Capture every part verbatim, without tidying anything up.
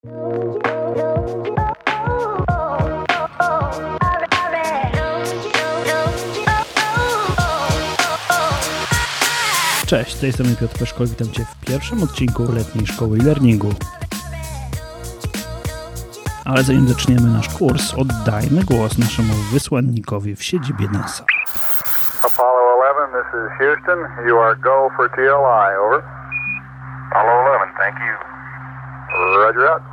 Cześć, z tej strony Piotr Peszko, witam Cię w pierwszym odcinku letniej szkoły e-learningu. Ale zanim zaczniemy nasz kurs, oddajmy głos naszemu wysłannikowi w siedzibie NASA. Apollo eleven, this is Houston. You are go for T L I, over. Apollo eleven, thank you. Roger out.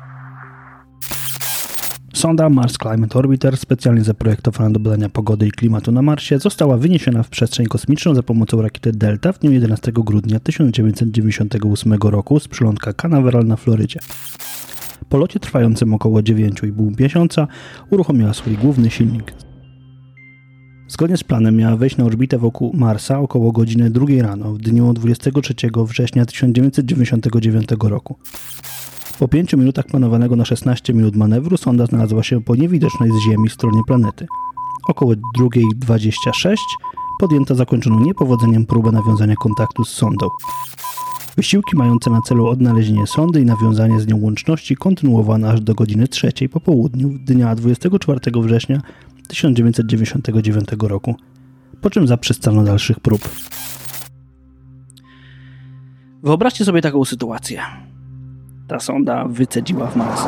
Sonda Mars Climate Orbiter, specjalnie zaprojektowana do badania pogody i klimatu na Marsie, została wyniesiona w przestrzeń kosmiczną za pomocą rakiety Delta w dniu jedenastego grudnia tysiąc dziewięćset dziewięćdziesiątego ósmego roku z przylądka Canaveral na Florydzie. Po locie trwającym około dziewięć i pół miesiąca uruchomiła swój główny silnik. Zgodnie z planem miała wejść na orbitę wokół Marsa około godziny drugiej rano w dniu dwudziestego trzeciego września tysiąc dziewięćset dziewięćdziesiątego dziewiątego roku. Po pięciu minutach planowanego na szesnaście minut manewru sonda znalazła się po niewidocznej z Ziemi stronie planety. Około drugiej dwadzieścia sześć podjęto zakończoną niepowodzeniem próbę nawiązania kontaktu z sondą. Wysiłki mające na celu odnalezienie sondy i nawiązanie z nią łączności kontynuowano aż do godziny trzeciej po południu dnia dwudziestego czwartego września tysiąc dziewięćset dziewięćdziesiątego dziewiątego roku, po czym zaprzestano dalszych prób. Wyobraźcie sobie taką sytuację. Ta sonda wycedziła w Mars.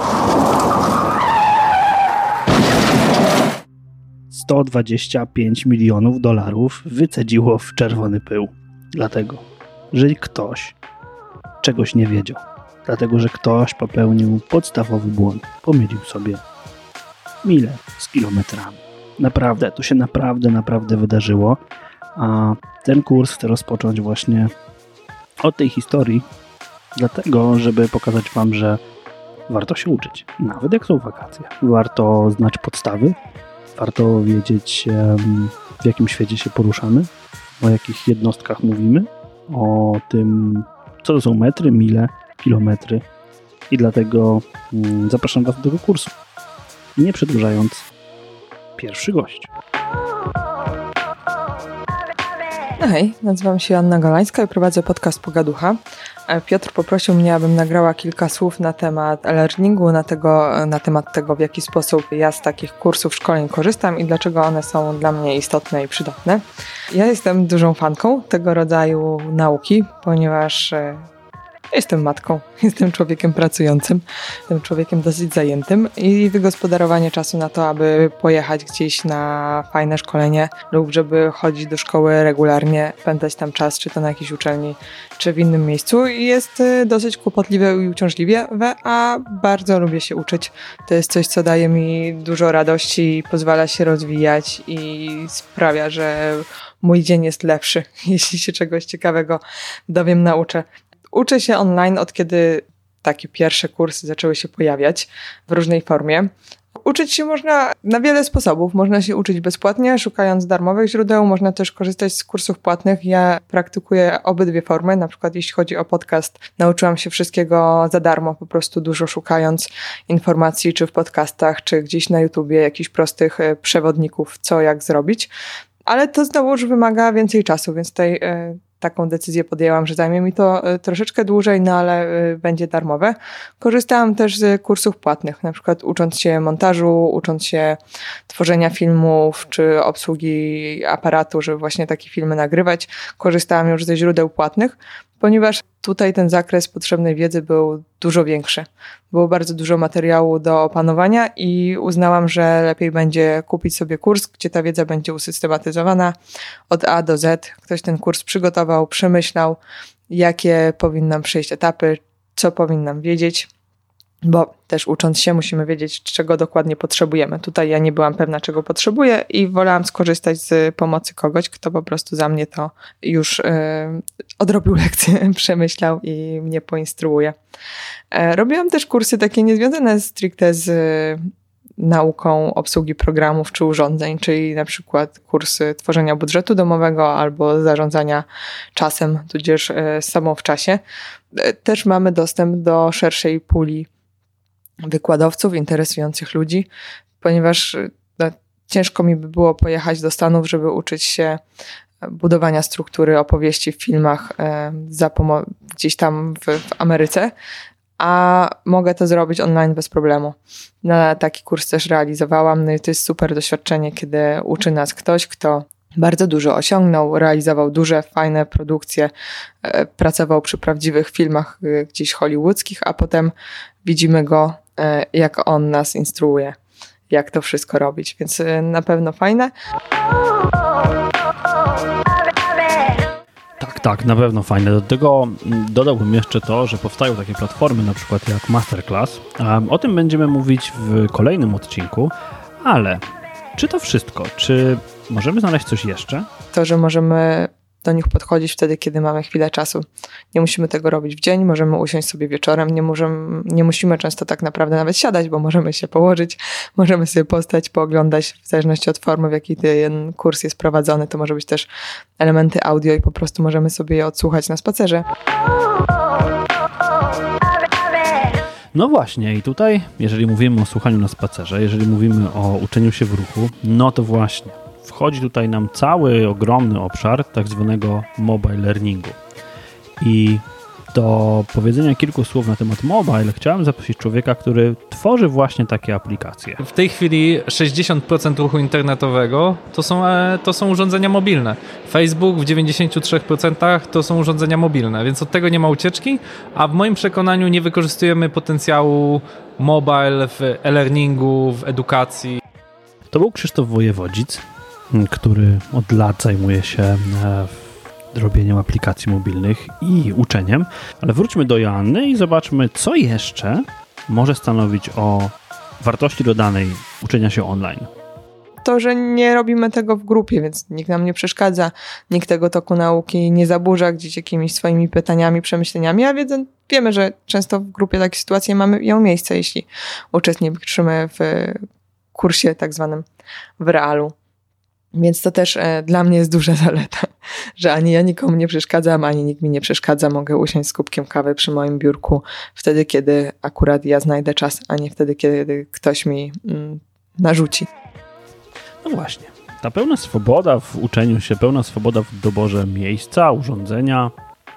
sto dwadzieścia pięć milionów dolarów wycedziło w czerwony pył. Dlatego, że ktoś czegoś nie wiedział. Dlatego, że ktoś popełnił podstawowy błąd. Pomylił sobie mile z kilometrami. Naprawdę, to się naprawdę, naprawdę wydarzyło. A ten kurs chcę rozpocząć właśnie od tej historii, dlatego, żeby pokazać Wam, że warto się uczyć, nawet jak są wakacje. Warto znać podstawy, warto wiedzieć, w jakim świecie się poruszamy, o jakich jednostkach mówimy, o tym, co to są metry, mile, kilometry. I dlatego zapraszam Was do tego kursu. I nie przedłużając, pierwszy gość. Hej, nazywam się Anna Golańska i prowadzę podcast Pogaducha. Piotr poprosił mnie, abym nagrała kilka słów na temat e-learningu, na, tego, na temat tego, w jaki sposób ja z takich kursów, szkoleń korzystam i dlaczego one są dla mnie istotne i przydatne. Ja jestem dużą fanką tego rodzaju nauki, ponieważ jestem matką, jestem człowiekiem pracującym, jestem człowiekiem dosyć zajętym i wygospodarowanie czasu na to, aby pojechać gdzieś na fajne szkolenie lub żeby chodzić do szkoły regularnie, spędzać tam czas, czy to na jakiejś uczelni, czy w innym miejscu jest dosyć kłopotliwe i uciążliwe, a bardzo lubię się uczyć. To jest coś, co daje mi dużo radości, pozwala się rozwijać i sprawia, że mój dzień jest lepszy, jeśli się czegoś ciekawego dowiem, nauczę. Uczę się online od kiedy takie pierwsze kursy zaczęły się pojawiać w różnej formie. Uczyć się można na wiele sposobów. Można się uczyć bezpłatnie, szukając darmowych źródeł. Można też korzystać z kursów płatnych. Ja praktykuję obydwie formy. Na przykład jeśli chodzi o podcast, nauczyłam się wszystkiego za darmo, po prostu dużo szukając informacji, czy w podcastach, czy gdzieś na YouTubie, jakichś prostych przewodników, co jak zrobić. Ale to znowu już wymaga więcej czasu, więc tutaj yy, taką decyzję podjęłam, że zajmie mi to y, troszeczkę dłużej, no ale y, będzie darmowe. Korzystałam też z kursów płatnych, na przykład ucząc się montażu, ucząc się tworzenia filmów, czy obsługi aparatu, żeby właśnie takie filmy nagrywać. Korzystałam już ze źródeł płatnych, ponieważ tutaj ten zakres potrzebnej wiedzy był dużo większy. Było bardzo dużo materiału do opanowania i uznałam, że lepiej będzie kupić sobie kurs, gdzie ta wiedza będzie usystematyzowana od A do Z. Ktoś ten kurs przygotował, przemyślał, jakie powinnam przejść etapy, co powinnam wiedzieć, bo też ucząc się musimy wiedzieć, czego dokładnie potrzebujemy. Tutaj ja nie byłam pewna, czego potrzebuję i wolałam skorzystać z pomocy kogoś, kto po prostu za mnie to już yy, odrobił lekcję, przemyślał i mnie poinstruuje. Yy, robiłam też kursy takie niezwiązane stricte z yy, nauką obsługi programów czy urządzeń, czyli na przykład kursy tworzenia budżetu domowego albo zarządzania czasem, tudzież yy, samą w czasie. Yy, też mamy dostęp do szerszej puli wykładowców, interesujących ludzi, ponieważ no, ciężko mi by było pojechać do Stanów, żeby uczyć się budowania struktury opowieści w filmach e, za pomo- gdzieś tam w, w Ameryce, a mogę to zrobić online bez problemu. Na taki kurs też realizowałam, no i to jest super doświadczenie, kiedy uczy nas ktoś, kto bardzo dużo osiągnął, realizował duże, fajne produkcje, pracował przy prawdziwych filmach gdzieś hollywoodzkich, a potem widzimy go, jak on nas instruuje, jak to wszystko robić, więc na pewno fajne. Tak, tak, na pewno fajne. Do tego dodałbym jeszcze to, że powstają takie platformy, na przykład jak Masterclass. O tym będziemy mówić w kolejnym odcinku, ale czy to wszystko? Czy możemy znaleźć coś jeszcze? To, że możemy do nich podchodzić wtedy, kiedy mamy chwilę czasu. Nie musimy tego robić w dzień, możemy usiąść sobie wieczorem, nie, możemy, nie musimy często tak naprawdę nawet siadać, bo możemy się położyć, możemy sobie postać, pooglądać, w zależności od formy, w jakiej ten kurs jest prowadzony, to może być też elementy audio i po prostu możemy sobie je odsłuchać na spacerze. No właśnie i tutaj, jeżeli mówimy o słuchaniu na spacerze, jeżeli mówimy o uczeniu się w ruchu, no to właśnie wchodzi tutaj nam cały ogromny obszar tak zwanego mobile learningu. I do powiedzenia kilku słów na temat mobile chciałem zaprosić człowieka, który tworzy właśnie takie aplikacje. W tej chwili sześćdziesiąt procent ruchu internetowego to są, to są urządzenia mobilne. Facebook w dziewięćdziesiąt trzy procent to są urządzenia mobilne, więc od tego nie ma ucieczki, a w moim przekonaniu nie wykorzystujemy potencjału mobile w e-learningu, w edukacji. To był Krzysztof Wojewodzic, który od lat zajmuje się robieniem aplikacji mobilnych i uczeniem. Ale wróćmy do Joanny i zobaczmy, co jeszcze może stanowić o wartości dodanej uczenia się online. To, że nie robimy tego w grupie, więc nikt nam nie przeszkadza, nikt tego toku nauki nie zaburza gdzieś jakimiś swoimi pytaniami, przemyśleniami, a wiedzę, wiemy, że często w grupie takie sytuacje mamy, ją miejsce, jeśli uczestniczymy w kursie tak zwanym w realu. Więc to też e, dla mnie jest duża zaleta, że ani ja nikomu nie przeszkadzam, ani nikt mi nie przeszkadza. Mogę usiąść z kubkiem kawy przy moim biurku wtedy, kiedy akurat ja znajdę czas, a nie wtedy, kiedy ktoś mi mm, narzuci. No właśnie. Ta pełna swoboda w uczeniu się, pełna swoboda w doborze miejsca, urządzenia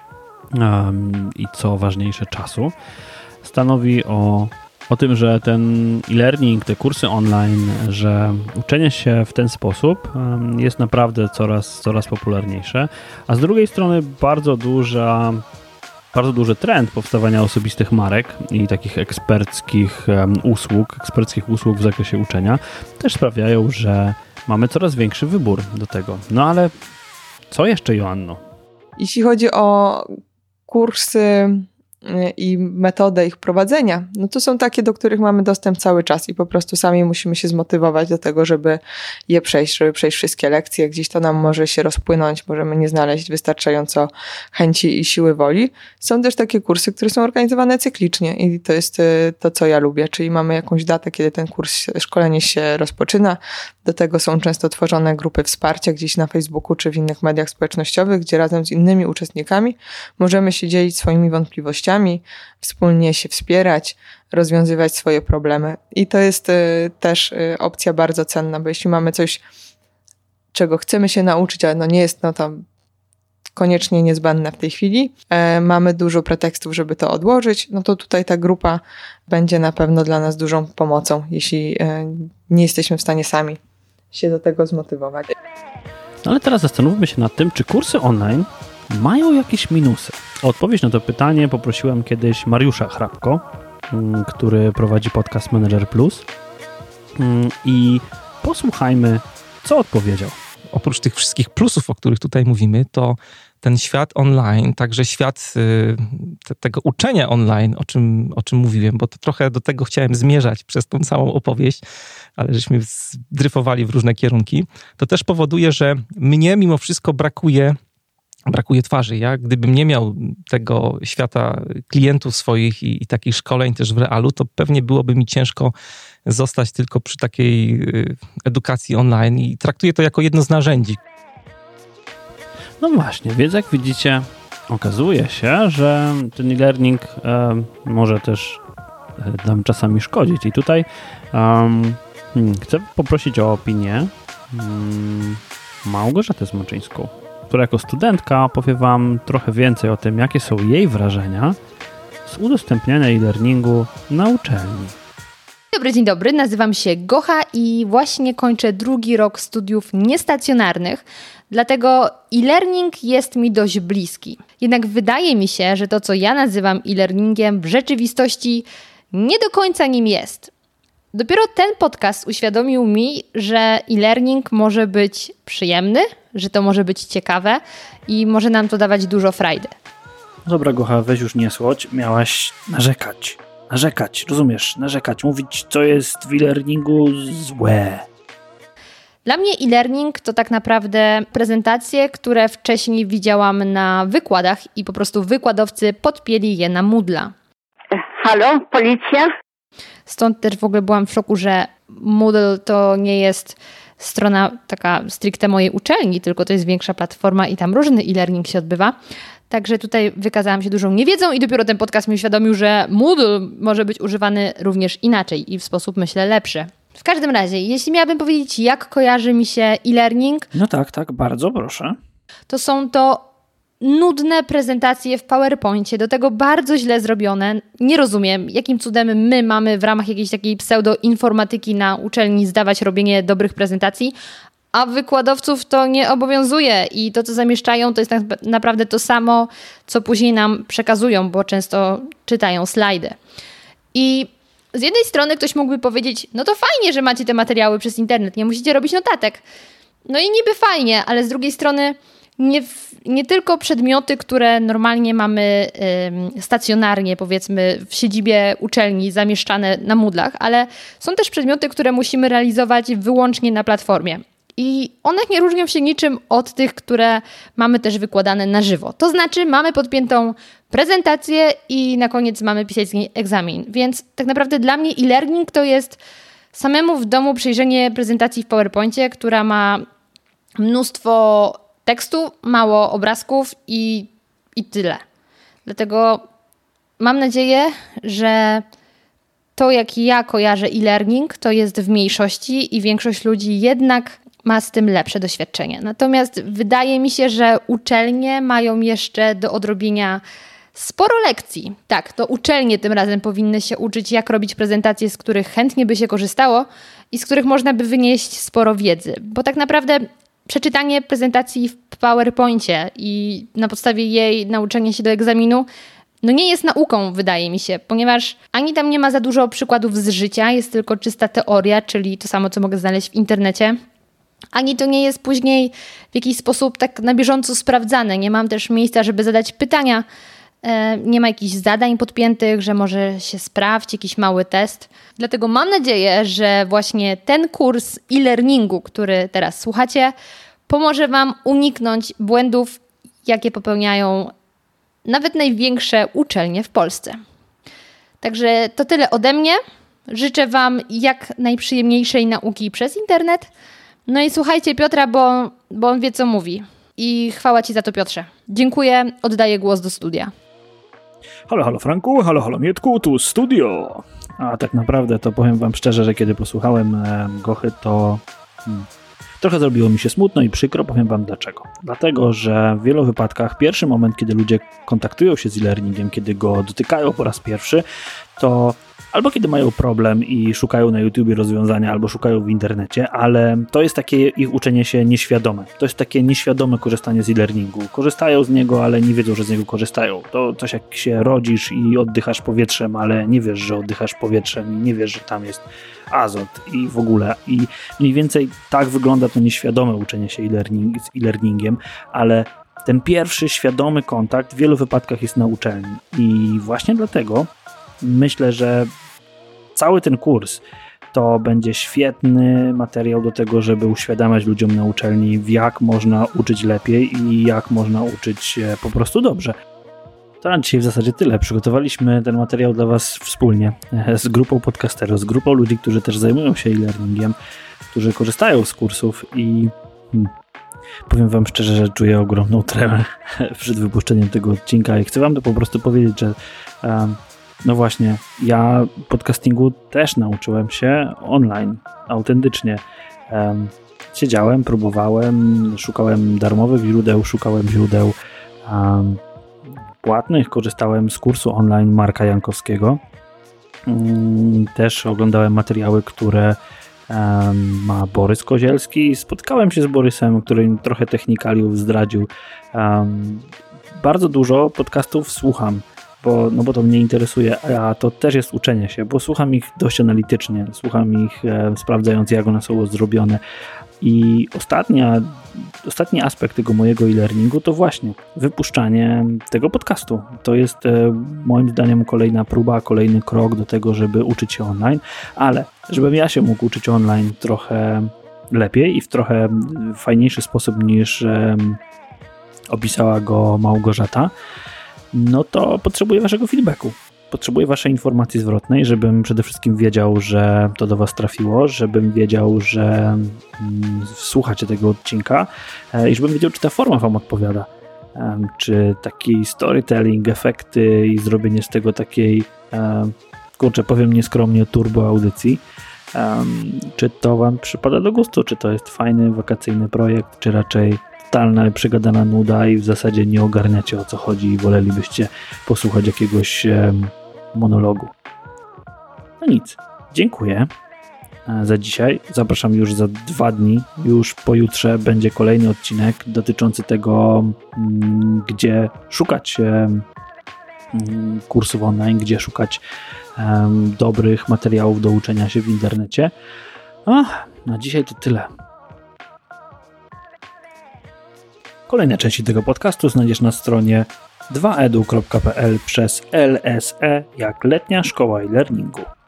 um, i co ważniejsze czasu stanowi o O tym, że ten e-learning, te kursy online, że uczenie się w ten sposób jest naprawdę coraz, coraz popularniejsze, a z drugiej strony bardzo duża, bardzo duży trend powstawania osobistych marek i takich eksperckich usług, eksperckich usług w zakresie uczenia też sprawiają, że mamy coraz większy wybór do tego. No ale co jeszcze, Joanno? Jeśli chodzi o kursy i metodę ich prowadzenia, no to są takie, do których mamy dostęp cały czas i po prostu sami musimy się zmotywować do tego, żeby je przejść, żeby przejść wszystkie lekcje. Gdzieś to nam może się rozpłynąć, możemy nie znaleźć wystarczająco chęci i siły woli. Są też takie kursy, które są organizowane cyklicznie i to jest to, co ja lubię, czyli mamy jakąś datę, kiedy ten kurs, szkolenie się rozpoczyna. Do tego są często tworzone grupy wsparcia gdzieś na Facebooku czy w innych mediach społecznościowych, gdzie razem z innymi uczestnikami możemy się dzielić swoimi wątpliwościami, wspólnie się wspierać, rozwiązywać swoje problemy. I to jest y, też y, opcja bardzo cenna, bo jeśli mamy coś, czego chcemy się nauczyć, ale no nie jest no to koniecznie niezbędne w tej chwili, e, mamy dużo pretekstów, żeby to odłożyć, no to tutaj ta grupa będzie na pewno dla nas dużą pomocą, jeśli e, nie jesteśmy w stanie sami się do tego zmotywować. No ale teraz zastanówmy się nad tym, czy kursy online mają jakieś minusy. O odpowiedź na to pytanie poprosiłem kiedyś Mariusza Hrabko, który prowadzi podcast Manager Plus, i posłuchajmy, co odpowiedział. Oprócz tych wszystkich plusów, o których tutaj mówimy, to ten świat online, także świat y, te, tego uczenia online, o czym, o czym mówiłem, bo to trochę do tego chciałem zmierzać przez tą całą opowieść, ale żeśmy zdryfowali w różne kierunki, to też powoduje, że mnie mimo wszystko brakuje Brakuje twarzy. Ja gdybym nie miał tego świata klientów swoich i, i takich szkoleń też w realu, to pewnie byłoby mi ciężko zostać tylko przy takiej edukacji online i traktuję to jako jedno z narzędzi. No właśnie, więc jak widzicie, okazuje się, że ten e-learning e, może też nam czasami szkodzić. I tutaj um, chcę poprosić o opinię um, Małgorzatę Smoczyńską, która jako studentka powie wam trochę więcej o tym, jakie są jej wrażenia z udostępniania e-learningu na uczelni. Dzień dobry, dzień dobry, nazywam się Gocha i właśnie kończę drugi rok studiów niestacjonarnych, dlatego e-learning jest mi dość bliski. Jednak wydaje mi się, że to, co ja nazywam e-learningiem, w rzeczywistości nie do końca nim jest. Dopiero ten podcast uświadomił mi, że e-learning może być przyjemny, że to może być ciekawe i może nam to dawać dużo frajdy. Dobra, Gocha, weź już nie słodź, miałaś narzekać. Narzekać, rozumiesz? Narzekać, mówić, co jest w e-learningu złe. Dla mnie e-learning to tak naprawdę prezentacje, które wcześniej widziałam na wykładach i po prostu wykładowcy podpięli je na Moodla. Halo, policja? Stąd też w ogóle byłam w szoku, że Moodle to nie jest strona taka stricte mojej uczelni, tylko to jest większa platforma i tam różny e-learning się odbywa. Także tutaj wykazałam się dużą niewiedzą i dopiero ten podcast mi uświadomił, że Moodle może być używany również inaczej i w sposób, myślę, lepszy. W każdym razie, jeśli miałabym powiedzieć, jak kojarzy mi się e-learning... No tak, tak, bardzo proszę. To są to nudne prezentacje w PowerPoincie, do tego bardzo źle zrobione. Nie rozumiem, jakim cudem my mamy w ramach jakiejś takiej pseudo-informatyki na uczelni zdawać robienie dobrych prezentacji, a wykładowców to nie obowiązuje i to, co zamieszczają, to jest tak naprawdę to samo, co później nam przekazują, bo często czytają slajdy. I z jednej strony ktoś mógłby powiedzieć, no to fajnie, że macie te materiały przez internet, nie musicie robić notatek. No i niby fajnie, ale z drugiej strony nie, nie tylko przedmioty, które normalnie mamy ym, stacjonarnie, powiedzmy w siedzibie uczelni zamieszczane na Moodlach, ale są też przedmioty, które musimy realizować wyłącznie na platformie. I one nie różnią się niczym od tych, które mamy też wykładane na żywo. To znaczy mamy podpiętą prezentację i na koniec mamy pisać z niej egzamin. Więc tak naprawdę dla mnie e-learning to jest samemu w domu przejrzenie prezentacji w PowerPoincie, która ma mnóstwo tekstu, mało obrazków i, i tyle. Dlatego mam nadzieję, że to, jak ja kojarzę e-learning, to jest w mniejszości i większość ludzi jednak ma z tym lepsze doświadczenie. Natomiast wydaje mi się, że uczelnie mają jeszcze do odrobienia sporo lekcji. Tak, to uczelnie tym razem powinny się uczyć, jak robić prezentacje, z których chętnie by się korzystało i z których można by wynieść sporo wiedzy. Bo tak naprawdę przeczytanie prezentacji w PowerPoincie i na podstawie jej nauczenie się do egzaminu no nie jest nauką, wydaje mi się, ponieważ ani tam nie ma za dużo przykładów z życia, jest tylko czysta teoria, czyli to samo, co mogę znaleźć w internecie. Ani to nie jest później w jakiś sposób tak na bieżąco sprawdzane. Nie mam też miejsca, żeby zadać pytania. Nie ma jakichś zadań podpiętych, że może się sprawdź, jakiś mały test. Dlatego mam nadzieję, że właśnie ten kurs e-learningu, który teraz słuchacie, pomoże Wam uniknąć błędów, jakie popełniają nawet największe uczelnie w Polsce. Także to tyle ode mnie. Życzę Wam jak najprzyjemniejszej nauki przez internet. No i słuchajcie Piotra, bo, bo on wie, co mówi. I chwała Ci za to, Piotrze. Dziękuję, oddaję głos do studia. Halo, halo Franku, halo, halo Mietku, tu studio. A tak naprawdę to powiem Wam szczerze, że kiedy posłuchałem e, Gochy, to hmm, trochę zrobiło mi się smutno i przykro. Powiem Wam dlaczego. Dlatego, że w wielu wypadkach pierwszy moment, kiedy ludzie kontaktują się z e-learningiem, kiedy go dotykają po raz pierwszy, to albo kiedy mają problem i szukają na YouTubie rozwiązania, albo szukają w internecie, ale to jest takie ich uczenie się nieświadome. To jest takie nieświadome korzystanie z e-learningu. Korzystają z niego, ale nie wiedzą, że z niego korzystają. To coś jak się rodzisz i oddychasz powietrzem, ale nie wiesz, że oddychasz powietrzem i nie wiesz, że tam jest azot i w ogóle. I mniej więcej tak wygląda to nieświadome uczenie się e-learning, z e-learningiem, ale ten pierwszy świadomy kontakt w wielu wypadkach jest na uczelni. I właśnie dlatego myślę, że cały ten kurs to będzie świetny materiał do tego, żeby uświadamiać ludziom na uczelni, jak można uczyć lepiej i jak można uczyć się po prostu dobrze. To na dzisiaj w zasadzie tyle. Przygotowaliśmy ten materiał dla Was wspólnie z grupą podcasterów, z grupą ludzi, którzy też zajmują się e-learningiem, którzy korzystają z kursów i hmm, powiem Wam szczerze, że czuję ogromną tremę przed wypuszczeniem tego odcinka i chcę Wam to po prostu powiedzieć, że um, no właśnie, ja podcastingu też nauczyłem się online, autentycznie. Um, siedziałem, próbowałem, szukałem darmowych źródeł, szukałem źródeł, um, płatnych. Korzystałem z kursu online Marka Jankowskiego. Też oglądałem materiały, które ma Borys Kozielski. Spotkałem się z Borysem, który mi trochę technikaliów zdradził. Bardzo dużo podcastów słucham, bo, no bo to mnie interesuje, a to też jest uczenie się, bo słucham ich dość analitycznie, słucham ich e, sprawdzając, jak one są zrobione. I ostatnia, ostatni aspekt tego mojego e-learningu to właśnie wypuszczanie tego podcastu. To jest e, moim zdaniem kolejna próba, kolejny krok do tego, żeby uczyć się online, ale żebym ja się mógł uczyć online trochę lepiej i w trochę fajniejszy sposób niż e, opisała go Małgorzata, no to potrzebuję waszego feedbacku. Potrzebuję waszej informacji zwrotnej, żebym przede wszystkim wiedział, że to do was trafiło, żebym wiedział, że mm, słuchacie tego odcinka e, i żebym wiedział, czy ta forma wam odpowiada. E, czy taki storytelling, efekty i zrobienie z tego takiej, e, kurczę, powiem nieskromnie, turbo audycji. E, czy to wam przypada do gustu, czy to jest fajny, wakacyjny projekt, czy raczej totalna, przegadana nuda i w zasadzie nie ogarniacie, o co chodzi i wolelibyście posłuchać jakiegoś e, monologu. No nic. Dziękuję za dzisiaj. Zapraszam już za dwa dni. Już pojutrze będzie kolejny odcinek dotyczący tego, m, gdzie szukać m, kursów online, gdzie szukać m, dobrych materiałów do uczenia się w internecie. A na dzisiaj to tyle. Kolejne części tego podcastu znajdziesz na stronie dwa edu kropka p l przez L S E jak Letnia Szkoła e-Learningu.